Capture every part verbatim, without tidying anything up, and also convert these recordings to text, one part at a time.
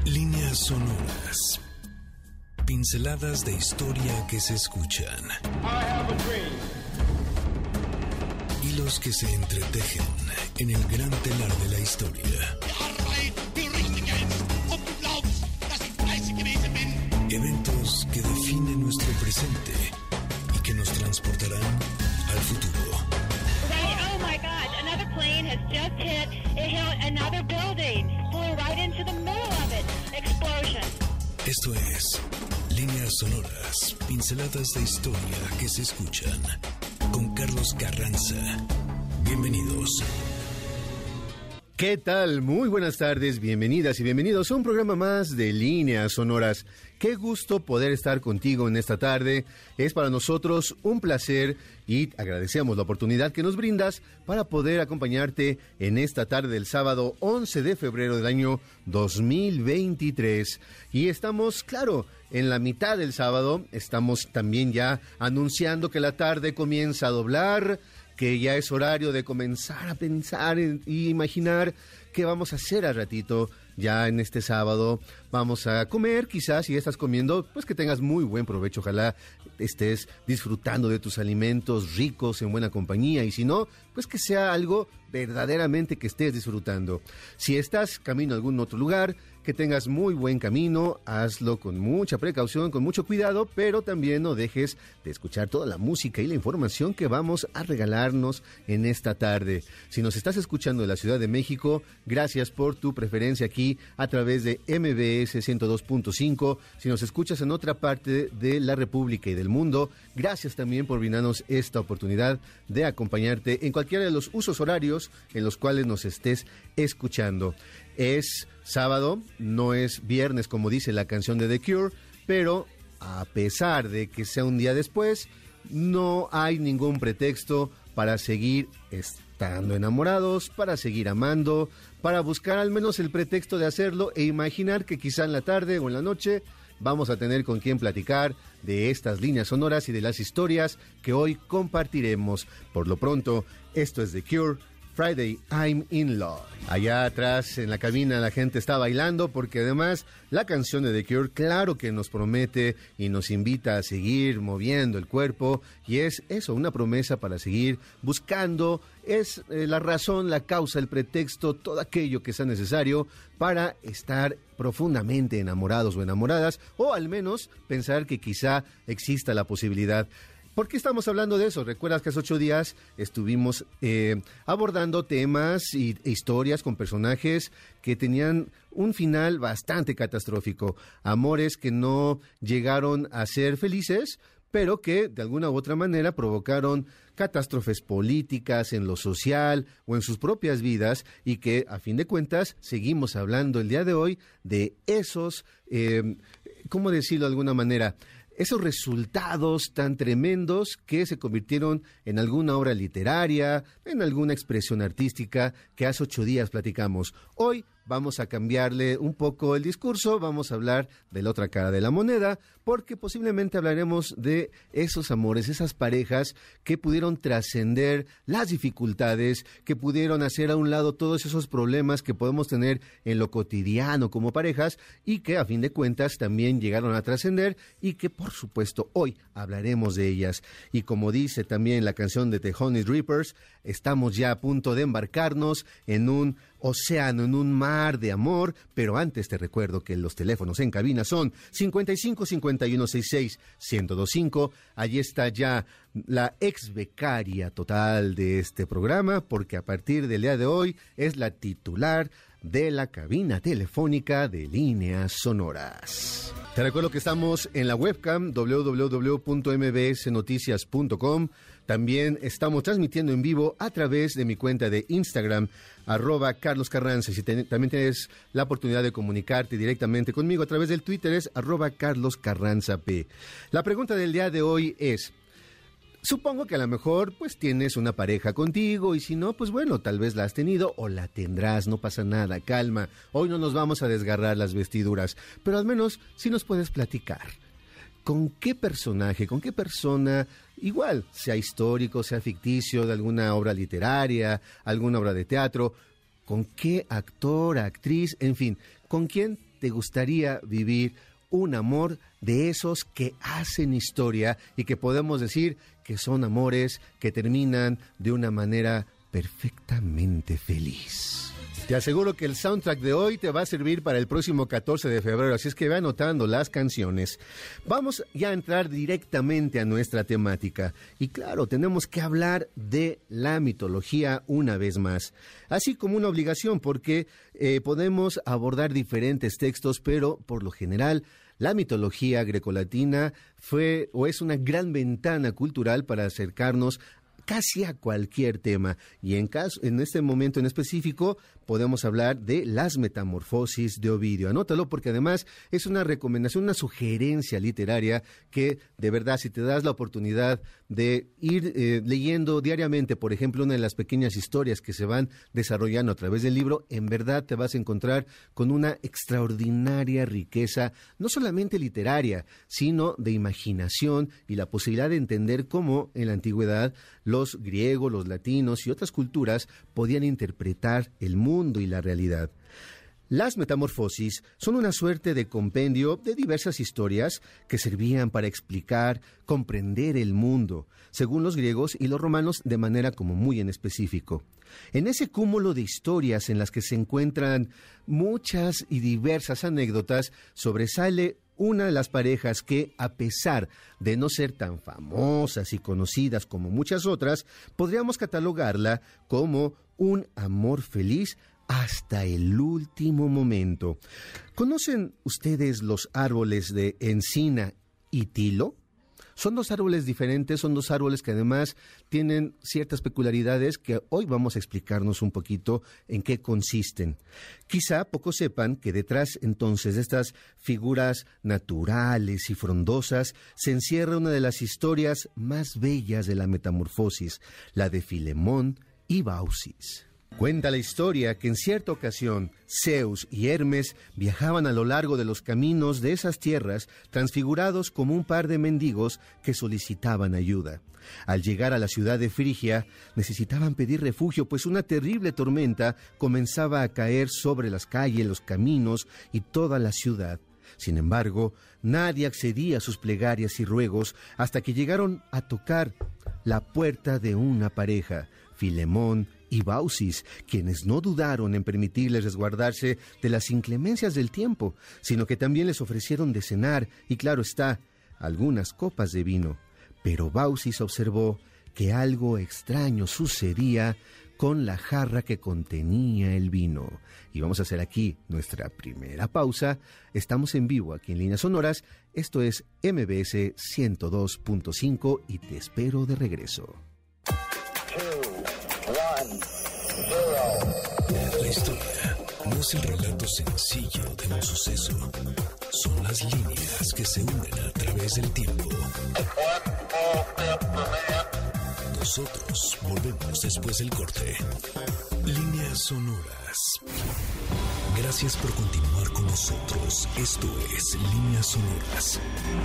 Líneas sonoras. Pinceladas de historia que se escuchan. Hilos que se entretejen en el gran telar de la historia. Eventos que definen nuestro presente y que nos transportarán al futuro. Oh my God, another plane has just hit, it hit another building, flew right into the middle of it. Explosion. Esto es Líneas sonoras, pinceladas de historia que se escuchan, con Carlos Carranza. Bienvenidos. ¿Qué tal? Muy buenas tardes, bienvenidas y bienvenidos a un programa más de Líneas Sonoras. Qué gusto poder estar contigo en esta tarde. Es para nosotros un placer y agradecemos la oportunidad que nos brindas para poder acompañarte en esta tarde del sábado once de febrero del año dos mil veintitrés. Y estamos, claro, en la mitad del sábado. Estamos también ya anunciando que la tarde comienza a doblar, que ya es horario de comenzar a pensar y imaginar qué vamos a hacer al ratito. Ya en este sábado vamos a comer, quizás si estás comiendo, pues que tengas muy buen provecho. Ojalá estés disfrutando de tus alimentos ricos en buena compañía, y si no, pues que sea algo verdaderamente que estés disfrutando. Si estás camino a algún otro lugar, que tengas muy buen camino, hazlo con mucha precaución, con mucho cuidado, pero también no dejes de escuchar toda la música y la información que vamos a regalarnos en esta tarde. Si nos estás escuchando en la Ciudad de México, gracias por tu preferencia aquí a través de M B S ciento dos punto cinco. Si nos escuchas en otra parte de la República y del mundo, gracias también por brindarnos esta oportunidad de acompañarte en cualquiera de los usos horarios en los cuales nos estés escuchando. Es sábado, no es viernes como dice la canción de The Cure, pero a pesar de que sea un día después, no hay ningún pretexto para seguir estando enamorados, para seguir amando, para buscar al menos el pretexto de hacerlo e imaginar que quizá en la tarde o en la noche vamos a tener con quien platicar de estas líneas sonoras y de las historias que hoy compartiremos. Por lo pronto, esto es The Cure, Friday, I'm in Love. Allá atrás en la cabina la gente está bailando porque además la canción de The Cure claro que nos promete y nos invita a seguir moviendo el cuerpo, y es eso, una promesa para seguir buscando, es eh, la razón, la causa, el pretexto, todo aquello que sea necesario para estar profundamente enamorados o enamoradas, o al menos pensar que quizá exista la posibilidad. ¿Por qué estamos hablando de eso? Recuerdas que hace ocho días estuvimos eh, abordando temas y, e historias con personajes que tenían un final bastante catastrófico. Amores que no llegaron a ser felices, pero que de alguna u otra manera provocaron catástrofes políticas en lo social o en sus propias vidas, y que a fin de cuentas seguimos hablando el día de hoy de esos, eh, ¿cómo decirlo de alguna manera?, esos resultados tan tremendos que se convirtieron en alguna obra literaria, en alguna expresión artística que hace ocho días platicamos. Hoy vamos a cambiarle un poco el discurso, vamos a hablar de la otra cara de la moneda, porque posiblemente hablaremos de esos amores, esas parejas que pudieron trascender las dificultades, que pudieron hacer a un lado todos esos problemas que podemos tener en lo cotidiano como parejas, y que a fin de cuentas también llegaron a trascender, y que por supuesto hoy hablaremos de ellas. Y como dice también la canción de The Honey Drippers, estamos ya a punto de embarcarnos en un océano, en un mar de amor, pero antes te recuerdo que los teléfonos en cabina son cincuenta y cinco cincuenta y uno sesenta y seis ciento veinticinco. Allí está ya la ex becaria total de este programa, porque a partir del día de hoy es la titular de la cabina telefónica de Líneas Sonoras. Te recuerdo que estamos en la webcam doble u doble u doble u punto m b s noticias punto com. También estamos transmitiendo en vivo a través de mi cuenta de Instagram, arroba Carlos Carranza. Si te, también tienes la oportunidad de comunicarte directamente conmigo a través del Twitter, es arroba Carlos Carranza P. La pregunta del día de hoy es: supongo que a lo mejor pues tienes una pareja contigo, y si no, pues bueno, tal vez la has tenido o la tendrás, no pasa nada, calma. Hoy no nos vamos a desgarrar las vestiduras, pero al menos sí nos puedes platicar. ¿Con qué personaje, con qué persona, igual, sea histórico, sea ficticio, de alguna obra literaria, alguna obra de teatro, con qué actor, actriz, en fin, con quién te gustaría vivir un amor de esos que hacen historia y que podemos decir que son amores que terminan de una manera perfectamente feliz? Te aseguro que el soundtrack de hoy te va a servir para el próximo catorce de febrero, así es que ve anotando las canciones. Vamos ya a entrar directamente a nuestra temática. Y claro, tenemos que hablar de la mitología una vez más, así como una obligación, porque eh, podemos abordar diferentes textos, pero por lo general la mitología grecolatina fue o es una gran ventana cultural para acercarnos casi a cualquier tema, y en caso, en este momento en específico podemos hablar de las metamorfosis de Ovidio. Anótalo porque además es una recomendación, una sugerencia literaria que de verdad, si te das la oportunidad de ir eh, leyendo diariamente, por ejemplo, una de las pequeñas historias que se van desarrollando a través del libro, en verdad te vas a encontrar con una extraordinaria riqueza, no solamente literaria, sino de imaginación y la posibilidad de entender cómo en la antigüedad los griegos, los latinos y otras culturas podían interpretar el mundo y la realidad. Las metamorfosis son una suerte de compendio de diversas historias que servían para explicar, comprender el mundo, según los griegos y los romanos de manera como muy en específico. En ese cúmulo de historias en las que se encuentran muchas y diversas anécdotas, sobresale una de las parejas que, a pesar de no ser tan famosas y conocidas como muchas otras, podríamos catalogarla como un amor feliz hasta el último momento. ¿Conocen ustedes los árboles de encina y tilo? Son dos árboles diferentes, son dos árboles que además tienen ciertas peculiaridades que hoy vamos a explicarnos un poquito en qué consisten. Quizá pocos sepan que detrás entonces de estas figuras naturales y frondosas se encierra una de las historias más bellas de la metamorfosis, la de Filemón y Baucis. Cuenta la historia que en cierta ocasión Zeus y Hermes viajaban a lo largo de los caminos de esas tierras transfigurados como un par de mendigos que solicitaban ayuda. Al llegar a la ciudad de Frigia necesitaban pedir refugio, pues una terrible tormenta comenzaba a caer sobre las calles, los caminos y toda la ciudad. Sin embargo, nadie accedía a sus plegarias y ruegos hasta que llegaron a tocar la puerta de una pareja, Filemón y Baucis, quienes no dudaron en permitirles resguardarse de las inclemencias del tiempo, sino que también les ofrecieron de cenar y, claro está, algunas copas de vino. Pero Baucis observó que algo extraño sucedía con la jarra que contenía el vino. Y vamos a hacer aquí nuestra primera pausa. Estamos en vivo aquí en Líneas Sonoras. Esto es M B S ciento dos punto cinco y te espero de regreso. La historia no es el relato sencillo de un suceso. Son las líneas que se unen a través del tiempo. Nosotros volvemos después del corte. Líneas Sonoras. Gracias por continuar con nosotros. Esto es Líneas Sonoras.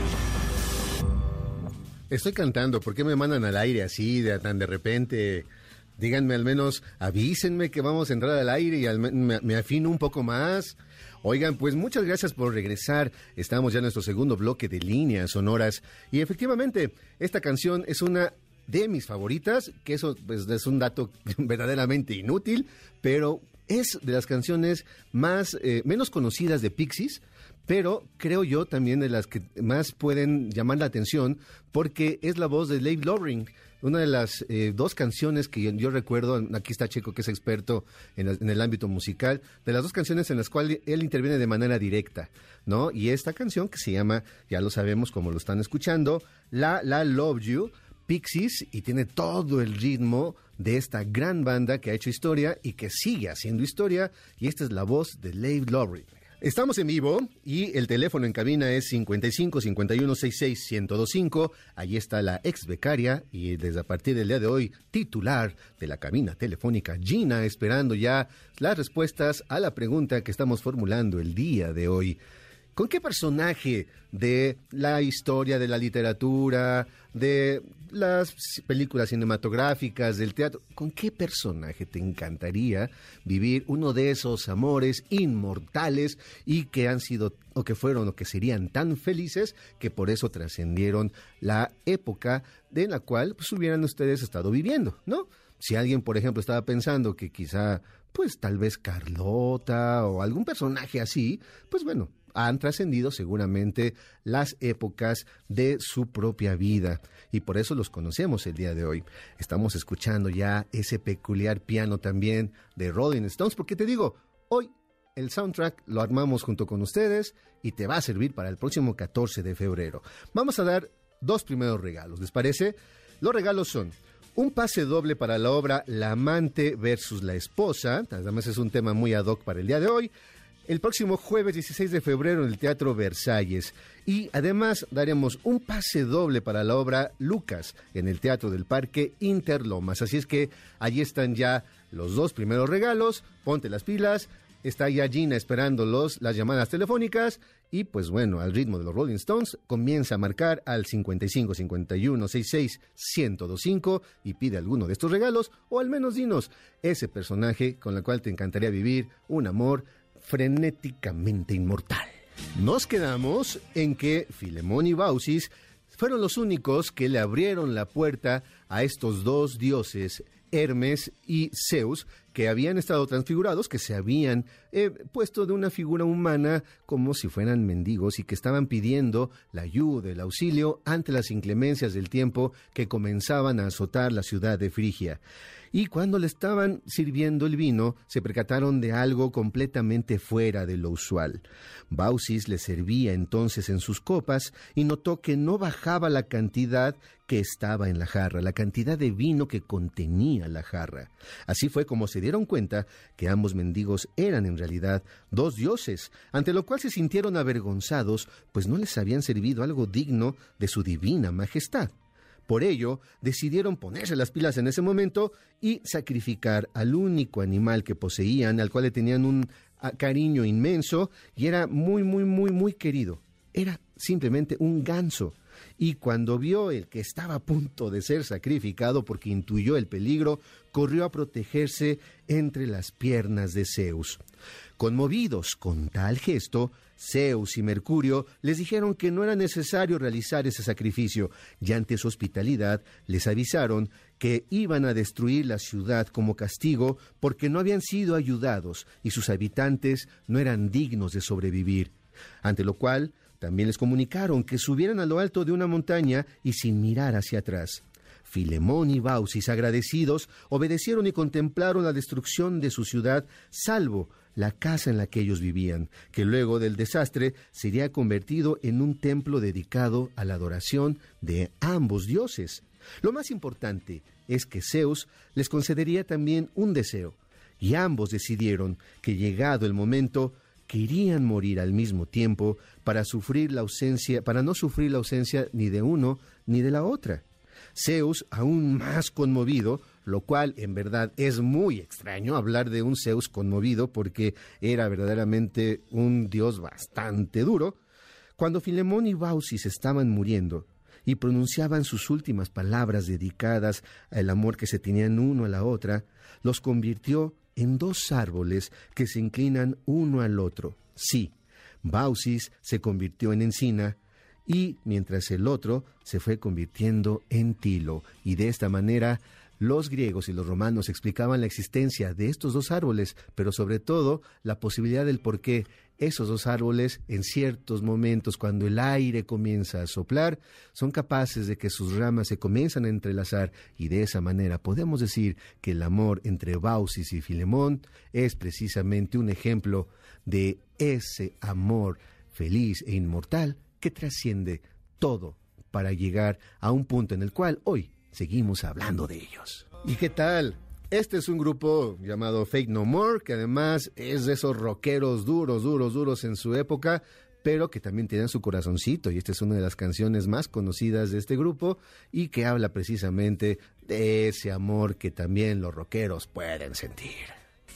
Estoy cantando, ¿por qué me mandan al aire así, de tan de repente? Díganme al menos, avísenme que vamos a entrar al aire y al, me, me afino un poco más. Oigan, pues muchas gracias por regresar. Estamos ya en nuestro segundo bloque de Líneas Sonoras. Y efectivamente, esta canción es una de mis favoritas, que eso pues, es un dato verdaderamente inútil, pero es de las canciones más eh, menos conocidas de Pixies, pero creo yo también de las que más pueden llamar la atención, porque es la voz de Dave Lovering. Una de las eh, dos canciones que yo, yo recuerdo, aquí está Checo que es experto en, la, en el ámbito musical, de las dos canciones en las cuales él interviene de manera directa, ¿no? Y esta canción que se llama, ya lo sabemos como lo están escuchando, La La Love You, Pixies, y tiene todo el ritmo de esta gran banda que ha hecho historia y que sigue haciendo historia, y esta es la voz de Dave Lovering. Estamos en vivo y el teléfono en cabina es cincuenta y cinco, cincuenta y uno, sesenta y seis, ciento veinticinco. Allí está la ex becaria y desde a partir del día de hoy titular de la cabina telefónica, Gina, esperando ya las respuestas a la pregunta que estamos formulando el día de hoy. ¿Con qué personaje de la historia, de la literatura, de las películas cinematográficas, del teatro, con qué personaje te encantaría vivir uno de esos amores inmortales y que han sido o que fueron o que serían tan felices que por eso trascendieron la época de la cual pues hubieran ustedes estado viviendo, ¿no? Si alguien, por ejemplo, estaba pensando que quizá, pues tal vez Carlota o algún personaje así, pues bueno, han trascendido seguramente las épocas de su propia vida y por eso los conocemos el día de hoy. Estamos escuchando ya ese peculiar piano también de Rolling Stones, porque te digo, hoy el soundtrack lo armamos junto con ustedes y te va a servir para el próximo catorce de febrero. Vamos a dar dos primeros regalos, ¿les parece? Los regalos son un pase doble para la obra La amante versus la esposa, además es un tema muy ad hoc para el día de hoy, el próximo jueves dieciséis de febrero en el Teatro Versalles. Y además daremos un pase doble para la obra Lucas en el Teatro del Parque Interlomas. Así es que allí están ya los dos primeros regalos, ponte las pilas, está ya Gina esperándolos las llamadas telefónicas y pues bueno, al ritmo de los Rolling Stones comienza a marcar al cincuenta y cinco cincuenta y uno sesenta y seis ciento veinticinco y pide alguno de estos regalos o al menos dinos ese personaje con el cual te encantaría vivir un amor frenéticamente inmortal. Nos quedamos en que Filemón y Baucis fueron los únicos que le abrieron la puerta a estos dos dioses, Hermes y Zeus, que habían estado transfigurados, que se habían eh, puesto de una figura humana como si fueran mendigos y que estaban pidiendo la ayuda, el auxilio ante las inclemencias del tiempo que comenzaban a azotar la ciudad de Frigia. Y cuando le estaban sirviendo el vino, se percataron de algo completamente fuera de lo usual. Baucis le servía entonces en sus copas y notó que no bajaba la cantidad que estaba en la jarra, la cantidad de vino que contenía la jarra. Así fue como se dieron cuenta que ambos mendigos eran en realidad dos dioses, ante lo cual se sintieron avergonzados, pues no les habían servido algo digno de su divina majestad. Por ello, decidieron ponerse las pilas en ese momento y sacrificar al único animal que poseían, al cual le tenían un cariño inmenso y era muy, muy, muy, muy querido. Era simplemente un ganso. Y cuando vio el que estaba a punto de ser sacrificado porque intuyó el peligro, corrió a protegerse entre las piernas de Zeus. Conmovidos con tal gesto, Zeus y Mercurio les dijeron que no era necesario realizar ese sacrificio, y ante su hospitalidad les avisaron que iban a destruir la ciudad como castigo porque no habían sido ayudados y sus habitantes no eran dignos de sobrevivir. Ante lo cual, también les comunicaron que subieran a lo alto de una montaña y sin mirar hacia atrás. Filemón y Baucis, agradecidos, obedecieron y contemplaron la destrucción de su ciudad, salvo la casa en la que ellos vivían, que luego del desastre sería convertido en un templo dedicado a la adoración de ambos dioses. Lo más importante es que Zeus les concedería también un deseo, y ambos decidieron que llegado el momento querían morir al mismo tiempo para sufrir la ausencia, para no sufrir la ausencia ni de uno ni de la otra. Zeus, aún más conmovido, lo cual en verdad es muy extraño hablar de un Zeus conmovido porque era verdaderamente un dios bastante duro. Cuando Filemón y Baucis estaban muriendo y pronunciaban sus últimas palabras dedicadas al amor que se tenían uno a la otra, los convirtió en dos árboles que se inclinan uno al otro. Sí, Baucis se convirtió en encina y mientras el otro se fue convirtiendo en tilo, y de esta manera los griegos y los romanos explicaban la existencia de estos dos árboles, pero sobre todo la posibilidad del por qué esos dos árboles, en ciertos momentos, cuando el aire comienza a soplar, son capaces de que sus ramas se comienzan a entrelazar, y de esa manera podemos decir que el amor entre Baucis y Filemón es precisamente un ejemplo de ese amor feliz e inmortal que trasciende todo para llegar a un punto en el cual hoy seguimos hablando de ellos. ¿Y qué tal? Este es un grupo llamado Faith No More, que además es de esos rockeros duros, duros, duros en su época, pero que también tienen su corazoncito, y esta es una de las canciones más conocidas de este grupo y que habla precisamente de ese amor que también los rockeros pueden sentir.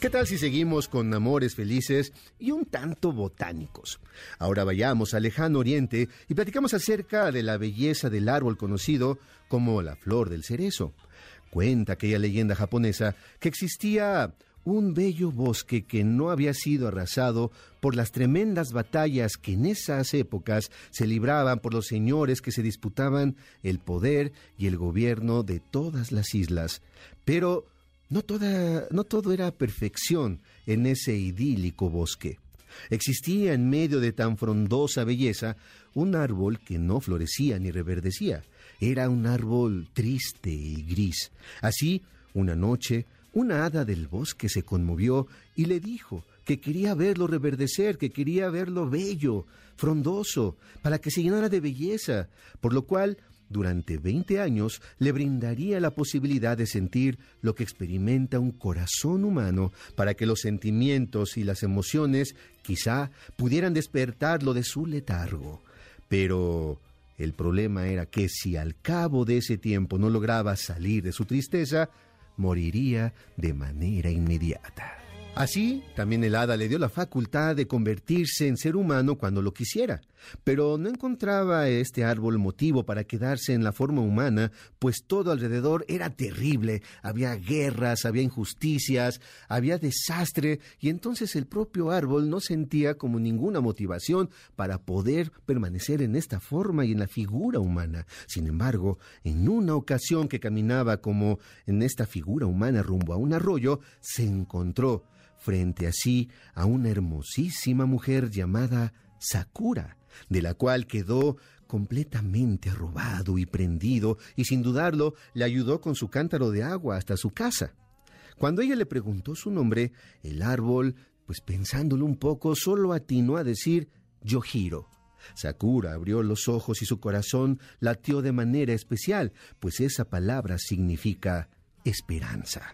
¿Qué tal si seguimos con amores felices y un tanto botánicos? Ahora vayamos al lejano oriente y platicamos acerca de la belleza del árbol conocido como la flor del cerezo. Cuenta aquella leyenda japonesa que existía un bello bosque que no había sido arrasado por las tremendas batallas que en esas épocas se libraban por los señores que se disputaban el poder y el gobierno de todas las islas. Pero no toda, no todo era perfección en ese idílico bosque. Existía en medio de tan frondosa belleza un árbol que no florecía ni reverdecía. Era un árbol triste y gris. Así, una noche, una hada del bosque se conmovió y le dijo que quería verlo reverdecer, que quería verlo bello, frondoso, para que se llenara de belleza, por lo cual durante veinte años le brindaría la posibilidad de sentir lo que experimenta un corazón humano, para que los sentimientos y las emociones quizá pudieran despertarlo de su letargo. Pero el problema era que si al cabo de ese tiempo no lograba salir de su tristeza, moriría de manera inmediata. Así, también el hada le dio la facultad de convertirse en ser humano cuando lo quisiera, pero no encontraba este árbol motivo para quedarse en la forma humana, pues todo alrededor era terrible. Había guerras, había injusticias, había desastre, y entonces el propio árbol no sentía como ninguna motivación para poder permanecer en esta forma y en la figura humana. Sin embargo, en una ocasión que caminaba como en esta figura humana rumbo a un arroyo, se encontró frente a sí a una hermosísima mujer llamada Sakura, de la cual quedó completamente arrobado y prendido, y sin dudarlo le ayudó con su cántaro de agua hasta su casa. Cuando ella le preguntó su nombre, el árbol, pues pensándolo un poco, solo atinó a decir Yohiro. Sakura abrió los ojos y su corazón latió de manera especial, pues esa palabra significa esperanza.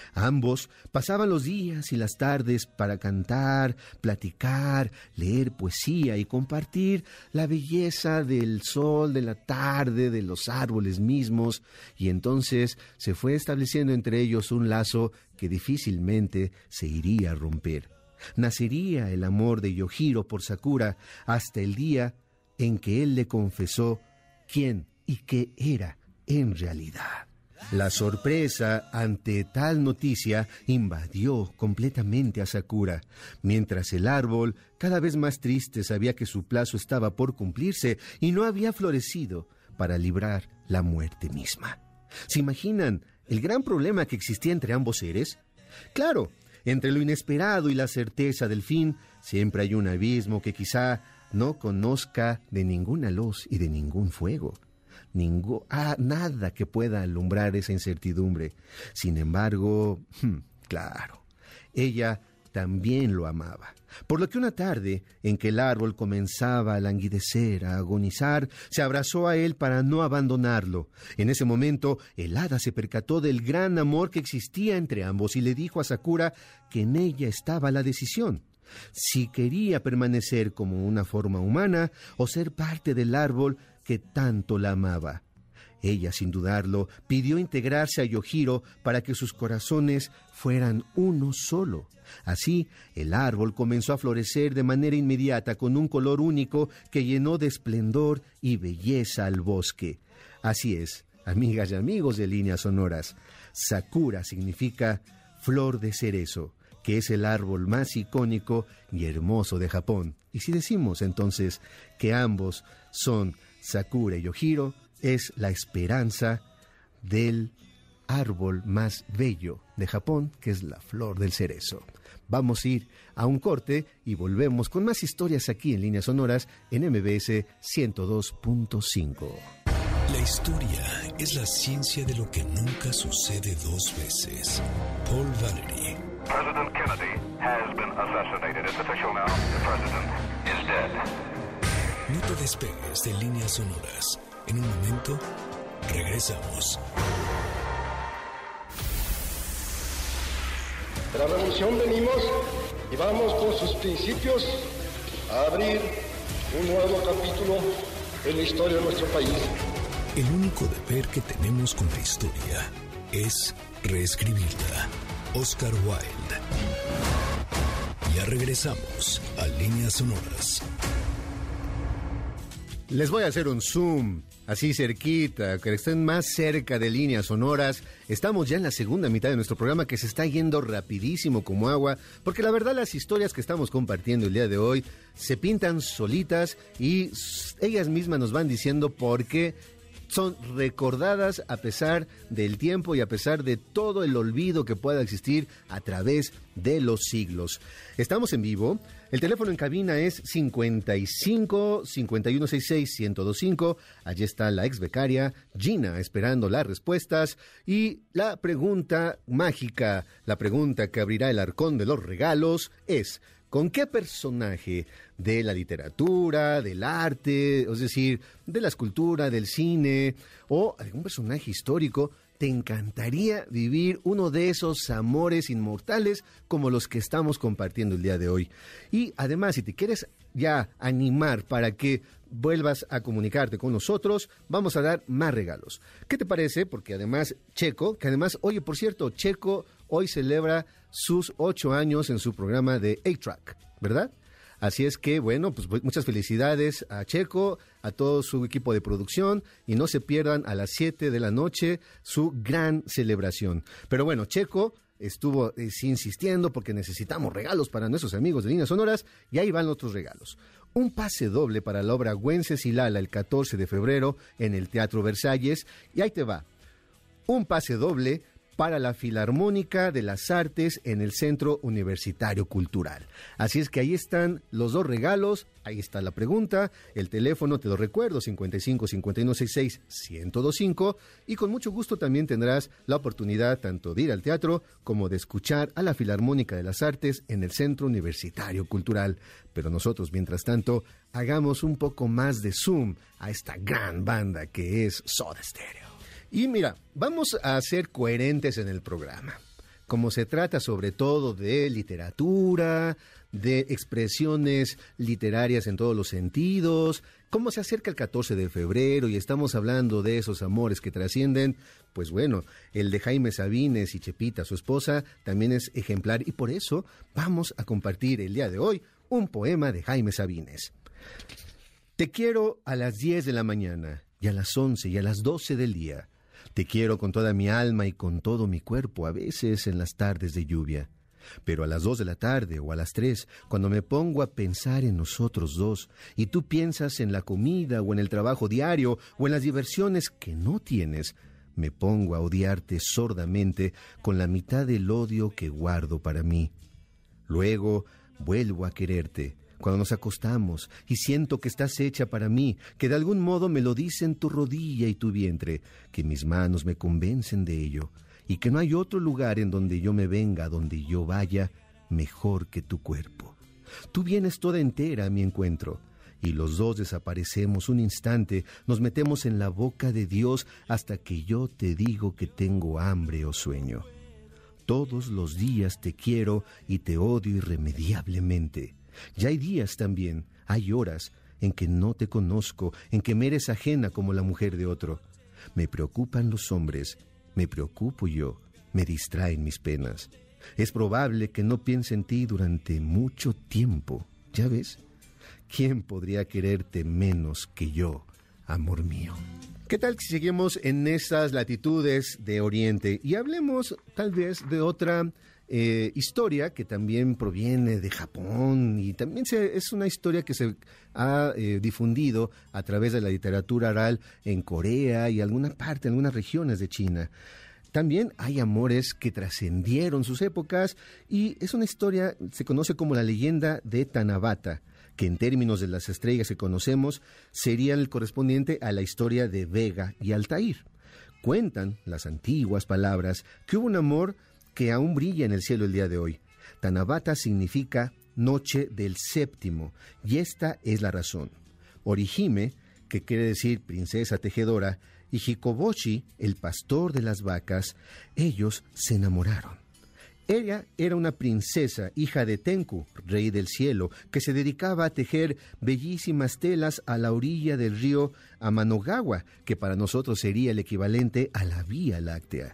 Ambos pasaban los días y las tardes para cantar, platicar, leer poesía y compartir la belleza del sol, de la tarde, de los árboles mismos, y entonces se fue estableciendo entre ellos un lazo que difícilmente se iría a romper. Nacería el amor de Yohiro por Sakura hasta el día en que él le confesó quién y qué era en realidad. La sorpresa ante tal noticia invadió completamente a Sakura, mientras el árbol, cada vez más triste, sabía que su plazo estaba por cumplirse y no había florecido para librar la muerte misma. ¿Se imaginan el gran problema que existía entre ambos seres? Claro, entre lo inesperado y la certeza del fin, siempre hay un abismo que quizá no conozca de ninguna luz y de ningún fuego. Ningú, ah, nada que pueda alumbrar esa incertidumbre. Sin embargo, claro, ella también lo amaba. Por lo que una tarde, en que el árbol comenzaba a languidecer, a agonizar, se abrazó a él para no abandonarlo. En ese momento, el hada se percató del gran amor que existía entre ambos y le dijo a Sakura que en ella estaba la decisión: si quería permanecer como una forma humana o ser parte del árbol que tanto la amaba. Ella, sin dudarlo, pidió integrarse a Yohiro para que sus corazones fueran uno solo. Así, el árbol comenzó a florecer de manera inmediata con un color único que llenó de esplendor y belleza al bosque. Así es, amigas y amigos de Líneas Sonoras, Sakura significa flor de cerezo, que es el árbol más icónico y hermoso de Japón. Y si decimos entonces que ambos son Sakura y Yohiro, es la esperanza del árbol más bello de Japón, que es la flor del cerezo. Vamos a ir a un corte y volvemos con más historias aquí en Líneas Sonoras en M B S ciento dos punto cinco. La historia es la ciencia de lo que nunca sucede dos veces. Paul Valery. President Kennedy has been assassinated. It's official now. The president is dead. No te despegues de Líneas Sonoras. En un momento, regresamos. De la revolución venimos y vamos con sus principios a abrir un nuevo capítulo en la historia de nuestro país. El único deber que tenemos con la historia es reescribirla. Oscar Wilde. Ya regresamos a Líneas Sonoras. Les voy a hacer un zoom, así cerquita, que estén más cerca de Líneas Sonoras. Estamos ya en la segunda mitad de nuestro programa, que se está yendo rapidísimo como agua, porque la verdad las historias que estamos compartiendo el día de hoy se pintan solitas y ellas mismas nos van diciendo por qué son recordadas a pesar del tiempo y a pesar de todo el olvido que pueda existir a través de los siglos. Estamos en vivo. El teléfono en cabina es cincuenta y cinco, cincuenta y uno sesenta y seis, ciento veinticinco. Allí está la ex becaria Gina esperando las respuestas. Y la pregunta mágica, la pregunta que abrirá el arcón de los regalos es: ¿con qué personaje de la literatura, del arte, es decir, de la escultura, del cine o algún personaje histórico te encantaría vivir uno de esos amores inmortales como los que estamos compartiendo el día de hoy? Y además, si te quieres ya animar para que vuelvas a comunicarte con nosotros, vamos a dar más regalos. ¿Qué te parece? Porque además Checo, que además, oye, por cierto, Checo hoy celebra sus ocho años en su programa de A-Track, ¿verdad? Así es que, bueno, pues muchas felicidades a Checo, a todo su equipo de producción, y no se pierdan a las siete de la noche su gran celebración. Pero bueno, Checo estuvo eh, insistiendo porque necesitamos regalos para nuestros amigos de Líneas Sonoras, y ahí van otros regalos. Un pase doble para la obra Güences y Lala el catorce de febrero en el Teatro Versalles, y ahí te va. Un pase doble para la Filarmónica de las Artes en el Centro Universitario Cultural. Así es que ahí están los dos regalos, ahí está la pregunta, el teléfono te lo recuerdo, cincuenta y cinco, cincuenta y uno sesenta y seis, ciento veinticinco, y con mucho gusto también tendrás la oportunidad tanto de ir al teatro como de escuchar a la Filarmónica de las Artes en el Centro Universitario Cultural. Pero nosotros, mientras tanto, hagamos un poco más de zoom a esta gran banda que es Soda Stereo. Y mira, vamos a ser coherentes en el programa. Como se trata sobre todo de literatura, de expresiones literarias en todos los sentidos, como se acerca el catorce de febrero y estamos hablando de esos amores que trascienden, pues bueno, el de Jaime Sabines y Chepita, su esposa, también es ejemplar, y por eso vamos a compartir el día de hoy un poema de Jaime Sabines. Te quiero a las diez de la mañana y a las once y a las doce del día. Te quiero con toda mi alma y con todo mi cuerpo, a veces en las tardes de lluvia. Pero a las dos de la tarde o a las tres, cuando me pongo a pensar en nosotros dos, y tú piensas en la comida o en el trabajo diario o en las diversiones que no tienes, me pongo a odiarte sordamente con la mitad del odio que guardo para mí. Luego vuelvo a quererte cuando nos acostamos y siento que estás hecha para mí, que de algún modo me lo dicen tu rodilla y tu vientre, que mis manos me convencen de ello, y que no hay otro lugar en donde yo me venga, donde yo vaya, mejor que tu cuerpo. Tú vienes toda entera a mi encuentro, y los dos desaparecemos un instante, nos metemos en la boca de Dios hasta que yo te digo que tengo hambre o sueño. Todos los días te quiero y te odio irremediablemente. Ya hay días también, hay horas en que no te conozco, en que me eres ajena como la mujer de otro. Me preocupan los hombres, me preocupo yo, me distraen mis penas. Es probable que no piense en ti durante mucho tiempo. ¿Ya ves? ¿Quién podría quererte menos que yo, amor mío? ¿Qué tal si seguimos en esas latitudes de Oriente y hablemos tal vez de otra Eh, historia que también proviene de Japón y también se, es una historia que se ha eh, difundido a través de la literatura oral en Corea y alguna parte, en algunas regiones de China. También hay amores que trascendieron sus épocas y es una historia, se conoce como la leyenda de Tanabata, que en términos de las estrellas que conocemos sería el correspondiente a la historia de Vega y Altair. Cuentan las antiguas palabras que hubo un amor que aún brilla en el cielo el día de hoy. Tanabata significa noche del séptimo, y esta es la razón. Orihime, que quiere decir princesa tejedora, y Hikoboshi, el pastor de las vacas, ellos se enamoraron. Ella era una princesa, hija de Tenku, rey del cielo, que se dedicaba a tejer bellísimas telas a la orilla del río Amanogawa, que para nosotros sería el equivalente a la Vía Láctea.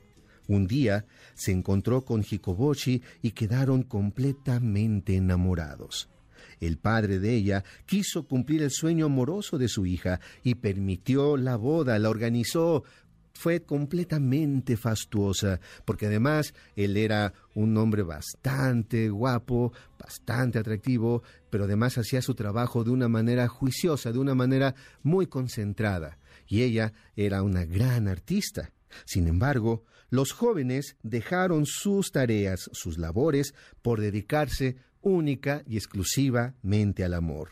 Un día se encontró con Hikoboshi y quedaron completamente enamorados. El padre de ella quiso cumplir el sueño amoroso de su hija y permitió la boda, la organizó. Fue completamente fastuosa, porque además él era un hombre bastante guapo, bastante atractivo, pero además hacía su trabajo de una manera juiciosa, de una manera muy concentrada. Y ella era una gran artista. Sin embargo, los jóvenes dejaron sus tareas, sus labores, por dedicarse única y exclusivamente al amor.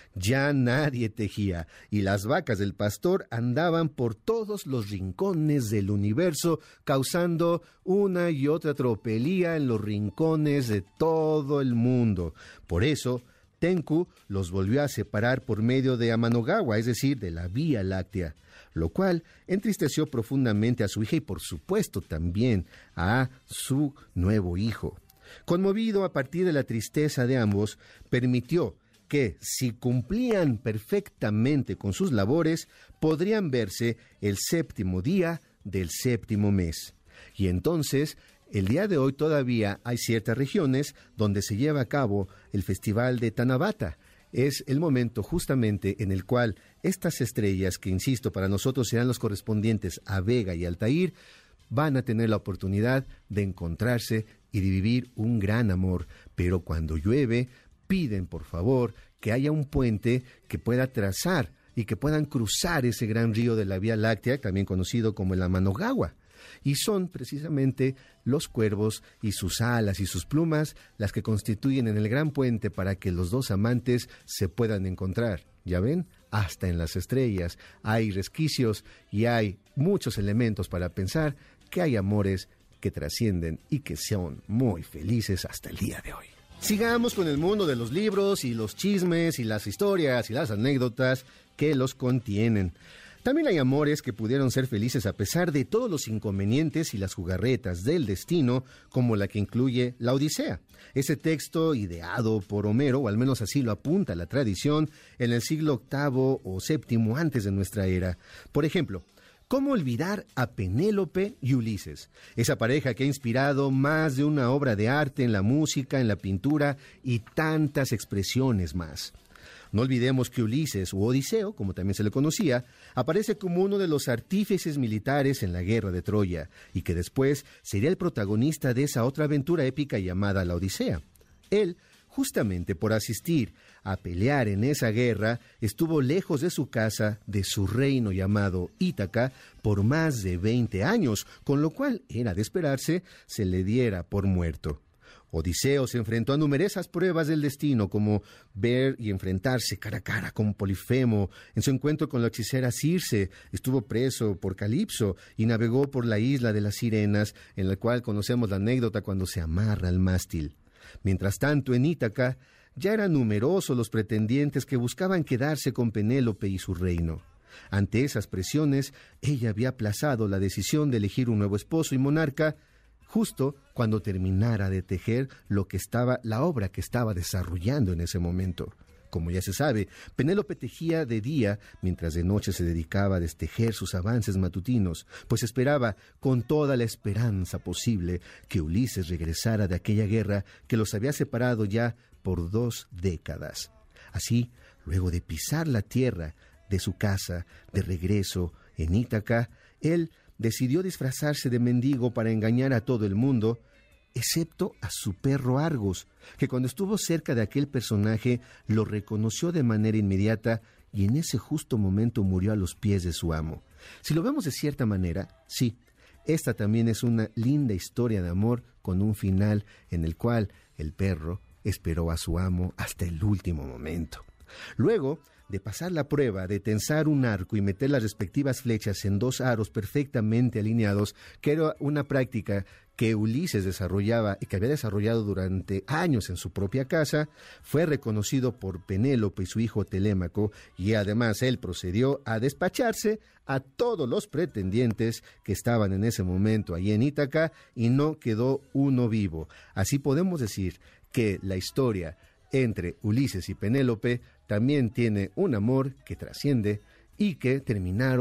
Ya nadie tejía, y las vacas del pastor andaban por todos los rincones del universo, causando una y otra tropelía en los rincones de todo el mundo. Por eso, Tenku los volvió a separar por medio de Amanogawa, es decir, de la Vía Láctea, lo cual entristeció profundamente a su hija y, por supuesto, también a su nuevo hijo. Conmovido a partir de la tristeza de ambos, permitió que, si cumplían perfectamente con sus labores, podrían verse el séptimo día del séptimo mes. Y entonces, el día de hoy todavía hay ciertas regiones donde se lleva a cabo el festival de Tanabata. Es el momento justamente en el cual estas estrellas, que insisto, para nosotros serán los correspondientes a Vega y Altair, van a tener la oportunidad de encontrarse y de vivir un gran amor. Pero cuando llueve, piden por favor que haya un puente que pueda trazar y que puedan cruzar ese gran río de la Vía Láctea, también conocido como el Amanogawa. Y son precisamente los cuervos y sus alas y sus plumas las que constituyen en el gran puente para que los dos amantes se puedan encontrar. ¿Ya ven? Hasta en las estrellas hay resquicios y hay muchos elementos para pensar que hay amores que trascienden y que son muy felices hasta el día de hoy. Sigamos con el mundo de los libros y los chismes y las historias y las anécdotas que los contienen. También hay amores que pudieron ser felices a pesar de todos los inconvenientes y las jugarretas del destino, como la que incluye la Odisea, ese texto ideado por Homero, o al menos así lo apunta la tradición, en el siglo octavo o séptimo antes de nuestra era. Por ejemplo, ¿cómo olvidar a Penélope y Ulises? Esa pareja que ha inspirado más de una obra de arte en la música, en la pintura y tantas expresiones más. No olvidemos que Ulises, u Odiseo, como también se le conocía, aparece como uno de los artífices militares en la guerra de Troya, y que después sería el protagonista de esa otra aventura épica llamada la Odisea. Él, justamente por asistir a pelear en esa guerra, estuvo lejos de su casa, de su reino llamado Ítaca, por más de veinte años, con lo cual era de esperarse se le diera por muerto. Odiseo se enfrentó a numerosas pruebas del destino, como ver y enfrentarse cara a cara con Polifemo. En su encuentro con la hechicera Circe, estuvo preso por Calipso y navegó por la isla de las Sirenas, en la cual conocemos la anécdota cuando se amarra al mástil. Mientras tanto, en Ítaca, ya eran numerosos los pretendientes que buscaban quedarse con Penélope y su reino. Ante esas presiones, ella había aplazado la decisión de elegir un nuevo esposo y monarca, justo cuando terminara de tejer lo que estaba, la obra que estaba desarrollando en ese momento. Como ya se sabe, Penélope tejía de día, mientras de noche se dedicaba a destejer sus avances matutinos, pues esperaba con toda la esperanza posible que Ulises regresara de aquella guerra que los había separado ya por dos décadas. Así, luego de pisar la tierra de su casa, de regreso en Ítaca, él decidió disfrazarse de mendigo para engañar a todo el mundo, excepto a su perro Argos, que cuando estuvo cerca de aquel personaje lo reconoció de manera inmediata y en ese justo momento murió a los pies de su amo. Si lo vemos de cierta manera, sí, esta también es una linda historia de amor con un final en el cual el perro esperó a su amo hasta el último momento. Luego de pasar la prueba de tensar un arco y meter las respectivas flechas en dos aros perfectamente alineados, que era una práctica que Ulises desarrollaba y que había desarrollado durante años en su propia casa, fue reconocido por Penélope y su hijo Telémaco, y además él procedió a despacharse a todos los pretendientes que estaban en ese momento allí en Ítaca, y no quedó uno vivo. Así podemos decir que la historia entre Ulises y Penélope también tiene un amor que trasciende y que terminaron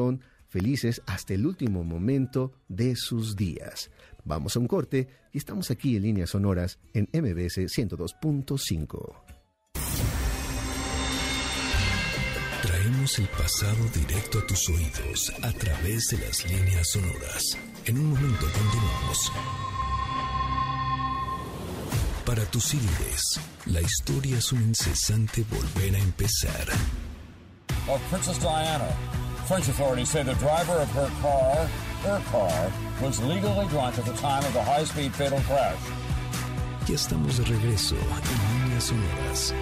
felices hasta el último momento de sus días. Vamos a un corte y estamos aquí en Líneas Sonoras en M B S ciento dos punto cinco. Traemos el pasado directo a tus oídos a través de las líneas sonoras. En un momento continuamos. Para tus ídolos, la historia es un incesante volver a empezar. Of Princess Diana, French authorities say the driver of her car, her car, was legally drunk at the time of the high-speed fatal crash. Ya estamos de regreso en Líneas Sonoras.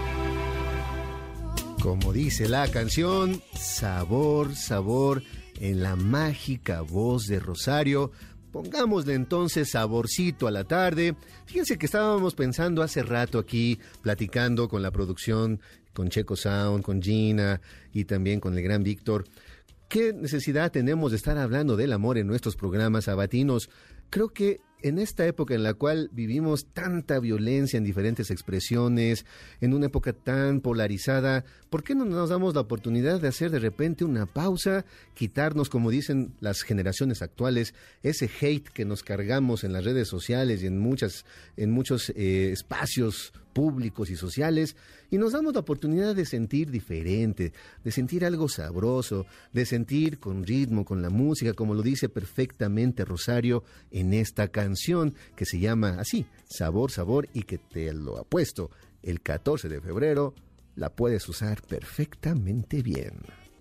Como dice la canción, sabor, sabor en la mágica voz de Rosario. Pongámosle entonces saborcito a la tarde. Fíjense que estábamos pensando hace rato aquí, platicando con la producción, con Checo Sound, con Gina y también con el gran Víctor. ¿Qué necesidad tenemos de estar hablando del amor en nuestros programas sabatinos? Creo que en esta época en la cual vivimos tanta violencia en diferentes expresiones, en una época tan polarizada, ¿por qué no nos damos la oportunidad de hacer de repente una pausa, quitarnos, como dicen las generaciones actuales, ese hate que nos cargamos en las redes sociales y en muchas, en muchos eh, espacios públicos y sociales, y nos damos la oportunidad de sentir diferente, de sentir algo sabroso, de sentir con ritmo, con la música, como lo dice perfectamente Rosario en esta canción que se llama así, Sabor, Sabor, y que te lo apuesto, el catorce de febrero la puedes usar perfectamente bien.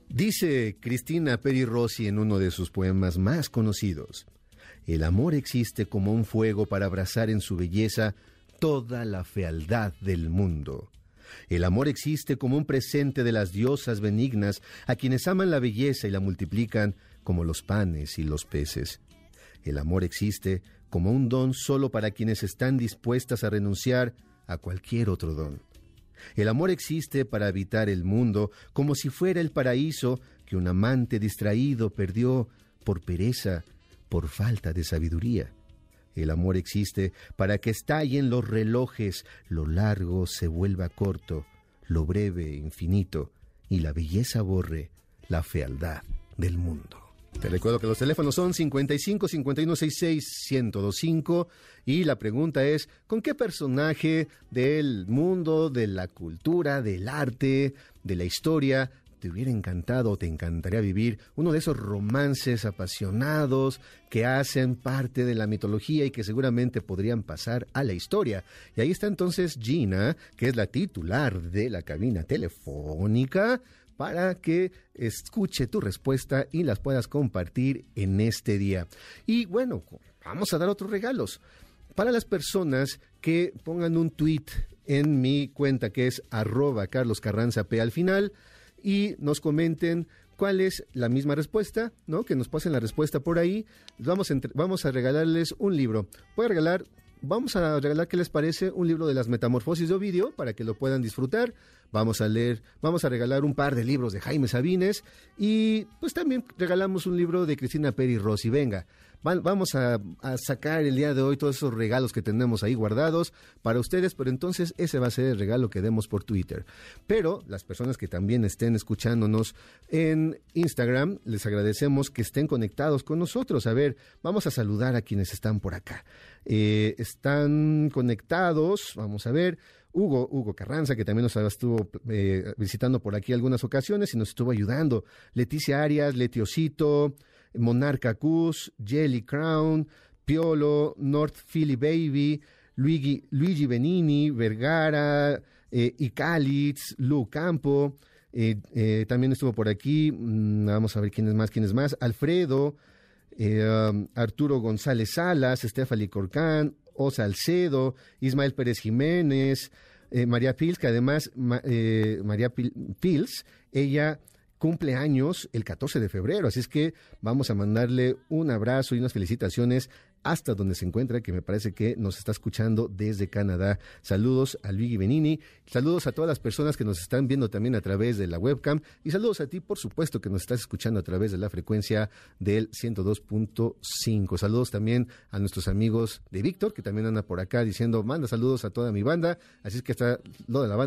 Dice Cristina Peri Rossi en uno de sus poemas más conocidos: el amor existe como un fuego para abrazar en su belleza toda la fealdad del mundo. El amor existe como un presente de las diosas benignas a quienes aman la belleza y la multiplican como los panes y los peces. El amor existe como un don solo para quienes están dispuestas a renunciar a cualquier otro don. El amor existe para habitar el mundo como si fuera el paraíso que un amante distraído perdió por pereza, por falta de sabiduría. El amor existe para que estallen los relojes, lo largo se vuelva corto, lo breve infinito, y la belleza borre la fealdad del mundo. Te recuerdo que los teléfonos son cincuenta y cinco, cincuenta y uno, sesenta y seis, ciento veinticinco y la pregunta es, ¿con qué personaje del mundo, de la cultura, del arte, de la historia te hubiera encantado o te encantaría vivir uno de esos romances apasionados que hacen parte de la mitología y que seguramente podrían pasar a la historia? Y ahí está entonces Gina, que es la titular de la cabina telefónica, para que escuche tu respuesta y las puedas compartir en este día. Y bueno, vamos a dar otros regalos para las personas que pongan un tweet en mi cuenta, que es arroba Carlos Carranza P al final, y nos comenten cuál es la misma respuesta, ¿no? Que nos pasen la respuesta por ahí. Vamos a, entre, vamos a regalarles un libro. Voy a regalar, vamos a regalar, ¿qué les parece? Un libro de las Metamorfosis de Ovidio para que lo puedan disfrutar. Vamos a leer, vamos a regalar un par de libros de Jaime Sabines y pues también regalamos un libro de Cristina Peri Rossi. Venga, van, vamos a, a sacar el día de hoy todos esos regalos que tenemos ahí guardados para ustedes, pero entonces ese va a ser el regalo que demos por Twitter. Pero las personas que también estén escuchándonos en Instagram, les agradecemos que estén conectados con nosotros. A ver, vamos a saludar a quienes están por acá. Eh, están conectados, vamos a ver, Hugo, Hugo Carranza, que también nos estuvo eh, visitando por aquí algunas ocasiones y nos estuvo ayudando. Leticia Arias, Letiosito, Monarca Cus, Jelly Crown, Piolo, North Philly Baby, Luigi, Luigi Benini, Vergara, eh, Icalitz, Lu Campo, eh, eh, también estuvo por aquí, mm, vamos a ver quién es más, quién es más, Alfredo, eh, um, Arturo González Salas, Estefali Corcán, Osa Alcedo, Ismael Pérez Jiménez, eh, María Pils, que además, ma, eh, María Pils, ella cumple años el catorce de febrero, así es que vamos a mandarle un abrazo y unas felicitaciones hasta donde se encuentra, que me parece que nos está escuchando desde Canadá. Saludos a Luigi Benini, saludos a todas las personas que nos están viendo también a través de la webcam y saludos a ti, por supuesto, que nos estás escuchando a través de la frecuencia del ciento dos punto cinco. Saludos también a nuestros amigos de Víctor, que también anda por acá diciendo, manda saludos a toda mi banda, así es que está lo de la banda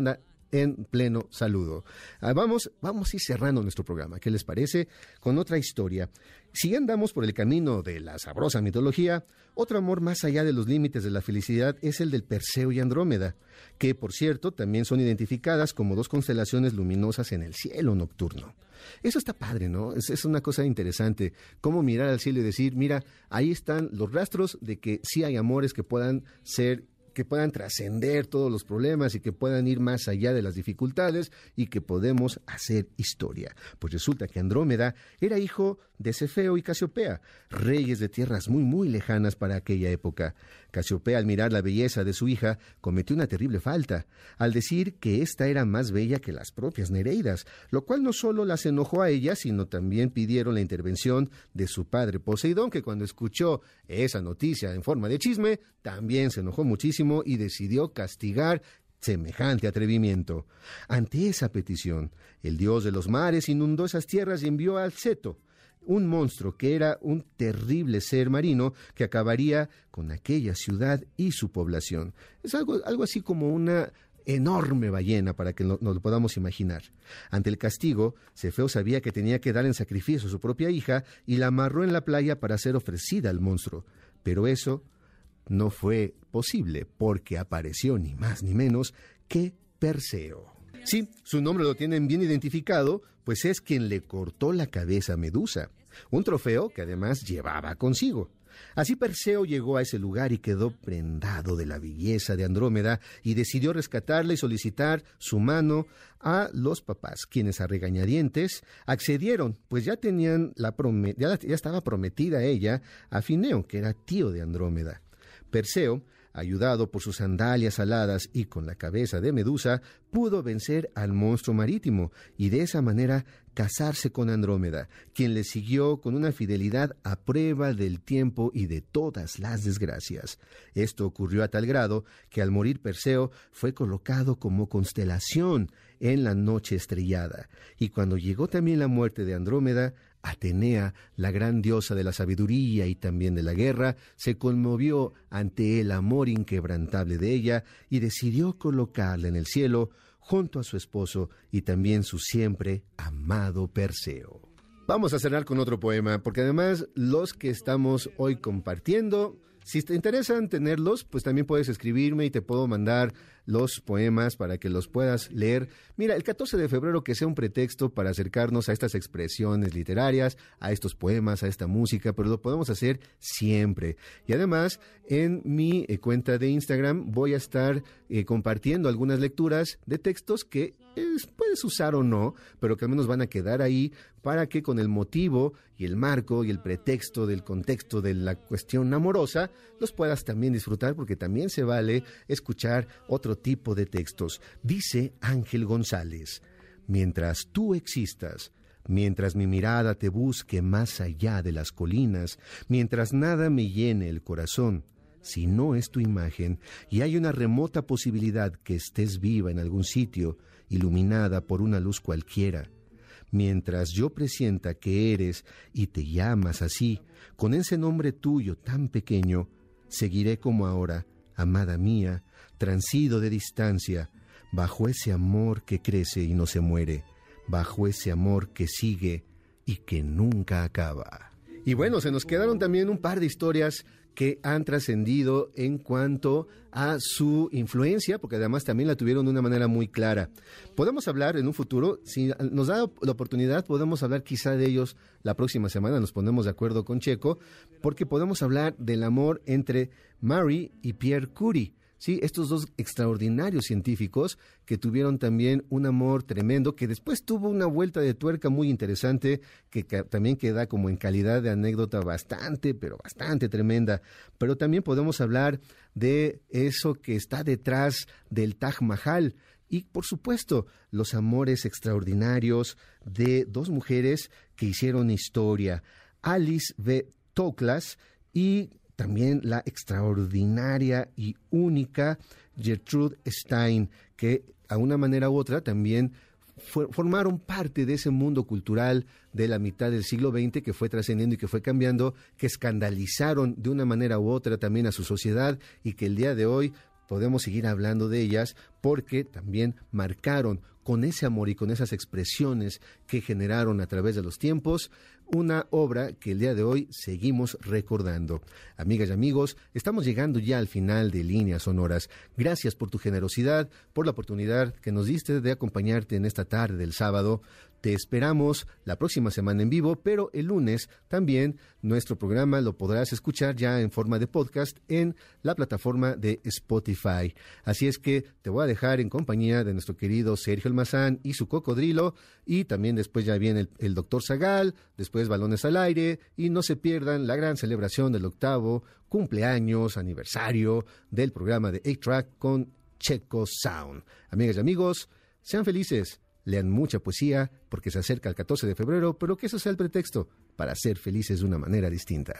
en pleno saludo. Ah, vamos, vamos a ir cerrando nuestro programa, ¿qué les parece? Con otra historia. Si andamos por el camino de la sabrosa mitología, otro amor más allá de los límites de la felicidad es el del Perseo y Andrómeda, que por cierto también son identificadas como dos constelaciones luminosas en el cielo nocturno. Eso está padre, ¿no? Es, es una cosa interesante, cómo mirar al cielo y decir, mira, ahí están los rastros de que sí hay amores que puedan ser que puedan trascender todos los problemas y que puedan ir más allá de las dificultades y que podemos hacer historia. Pues resulta que Andrómeda era hijo de Cefeo y Casiopea, reyes de tierras muy muy lejanas para aquella época. Casiopea, al mirar la belleza de su hija, cometió una terrible falta, al decir que ésta era más bella que las propias Nereidas, lo cual no solo las enojó a ella, sino también pidieron la intervención de su padre Poseidón, que cuando escuchó esa noticia en forma de chisme, también se enojó muchísimo y decidió castigar semejante atrevimiento. Ante esa petición, el dios de los mares inundó esas tierras y envió al Ceto, un monstruo que era un terrible ser marino que acabaría con aquella ciudad y su población. Es algo, algo así como una enorme ballena, para que nos lo podamos imaginar. Ante el castigo, Cefeo sabía que tenía que dar en sacrificio a su propia hija y la amarró en la playa para ser ofrecida al monstruo. Pero eso no fue posible, porque apareció ni más ni menos que Perseo. Sí, su nombre lo tienen bien identificado, pues es quien le cortó la cabeza a Medusa, un trofeo que además llevaba consigo. Así Perseo llegó a ese lugar y quedó prendado de la belleza de Andrómeda y decidió rescatarla y solicitar su mano a los papás, quienes a regañadientes accedieron, pues ya tenían la prome- ya, ya estaba prometida a ella a Fineo, que era tío de Andrómeda. Perseo, ayudado por sus sandalias aladas y con la cabeza de Medusa, pudo vencer al monstruo marítimo y de esa manera casarse con Andrómeda, quien le siguió con una fidelidad a prueba del tiempo y de todas las desgracias. Esto ocurrió a tal grado que al morir Perseo fue colocado como constelación en la noche estrellada, y cuando llegó también la muerte de Andrómeda, Atenea, la gran diosa de la sabiduría y también de la guerra, se conmovió ante el amor inquebrantable de ella y decidió colocarla en el cielo junto a su esposo y también su siempre amado Perseo. Vamos a cerrar con otro poema, porque además los que estamos hoy compartiendo, si te interesan tenerlos, pues también puedes escribirme y te puedo mandar los poemas para que los puedas leer. Mira, el catorce de febrero que sea un pretexto para acercarnos a estas expresiones literarias, a estos poemas, a esta música, pero lo podemos hacer siempre. Y además, en mi eh, cuenta de Instagram voy a estar eh, compartiendo algunas lecturas de textos que eh, puedes usar o no, pero que al menos van a quedar ahí para que con el motivo y el marco y el pretexto del contexto de la cuestión amorosa, los puedas también disfrutar, porque también se vale escuchar otro tipo de textos. Dice Ángel González: mientras tú existas, mientras mi mirada te busque más allá de las colinas, mientras nada me llene el corazón, si no es tu imagen y hay una remota posibilidad que estés viva en algún sitio, iluminada por una luz cualquiera, mientras yo presienta que eres y te llamas así, con ese nombre tuyo tan pequeño, seguiré como ahora, amada mía, transido de distancia, bajo ese amor que crece y no se muere, bajo ese amor que sigue y que nunca acaba. Y bueno, se nos quedaron también un par de historias que han trascendido en cuanto a su influencia, porque además también la tuvieron de una manera muy clara. Podemos hablar en un futuro, si nos da la oportunidad, podemos hablar quizá de ellos la próxima semana, nos ponemos de acuerdo con Checo, porque podemos hablar del amor entre Marie y Pierre Curie. Sí, estos dos extraordinarios científicos que tuvieron también un amor tremendo, que después tuvo una vuelta de tuerca muy interesante, que, que también queda como en calidad de anécdota bastante, pero bastante tremenda. Pero también podemos hablar de eso que está detrás del Taj Mahal y, por supuesto, los amores extraordinarios de dos mujeres que hicieron historia, Alice V. Toklas y también la extraordinaria y única Gertrude Stein, que a una manera u otra también fue, formaron parte de ese mundo cultural de la mitad del siglo veinte que fue trascendiendo y que fue cambiando, que escandalizaron de una manera u otra también a su sociedad y que el día de hoy podemos seguir hablando de ellas porque también marcaron con ese amor y con esas expresiones que generaron a través de los tiempos una obra que el día de hoy seguimos recordando. Amigas y amigos, estamos llegando ya al final de Líneas Sonoras. Gracias por tu generosidad, por la oportunidad que nos diste de acompañarte en esta tarde del sábado. Te esperamos la próxima semana en vivo, pero el lunes también nuestro programa lo podrás escuchar ya en forma de podcast en la plataforma de Spotify. Así es que te voy a dejar en compañía de nuestro querido Sergio Almazán y su cocodrilo, y también después ya viene el, el doctor Zagal, después Balones al Aire, y no se pierdan la gran celebración del octavo cumpleaños, aniversario del programa de eight track con Checo Sound. Amigas y amigos, sean felices. Lean mucha poesía porque se acerca el catorce de febrero, pero que eso sea el pretexto para ser felices de una manera distinta.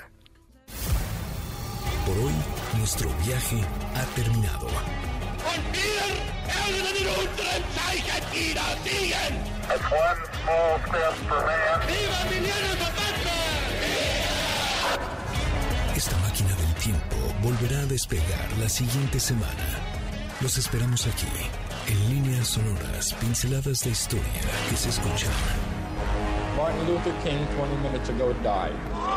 Por hoy, nuestro viaje ha terminado. Esta máquina del tiempo volverá a despegar la siguiente semana. Los esperamos aquí. En Líneas Sonoras, pinceladas de historia que se escuchan. Martin Luther King twenty minutes ago died.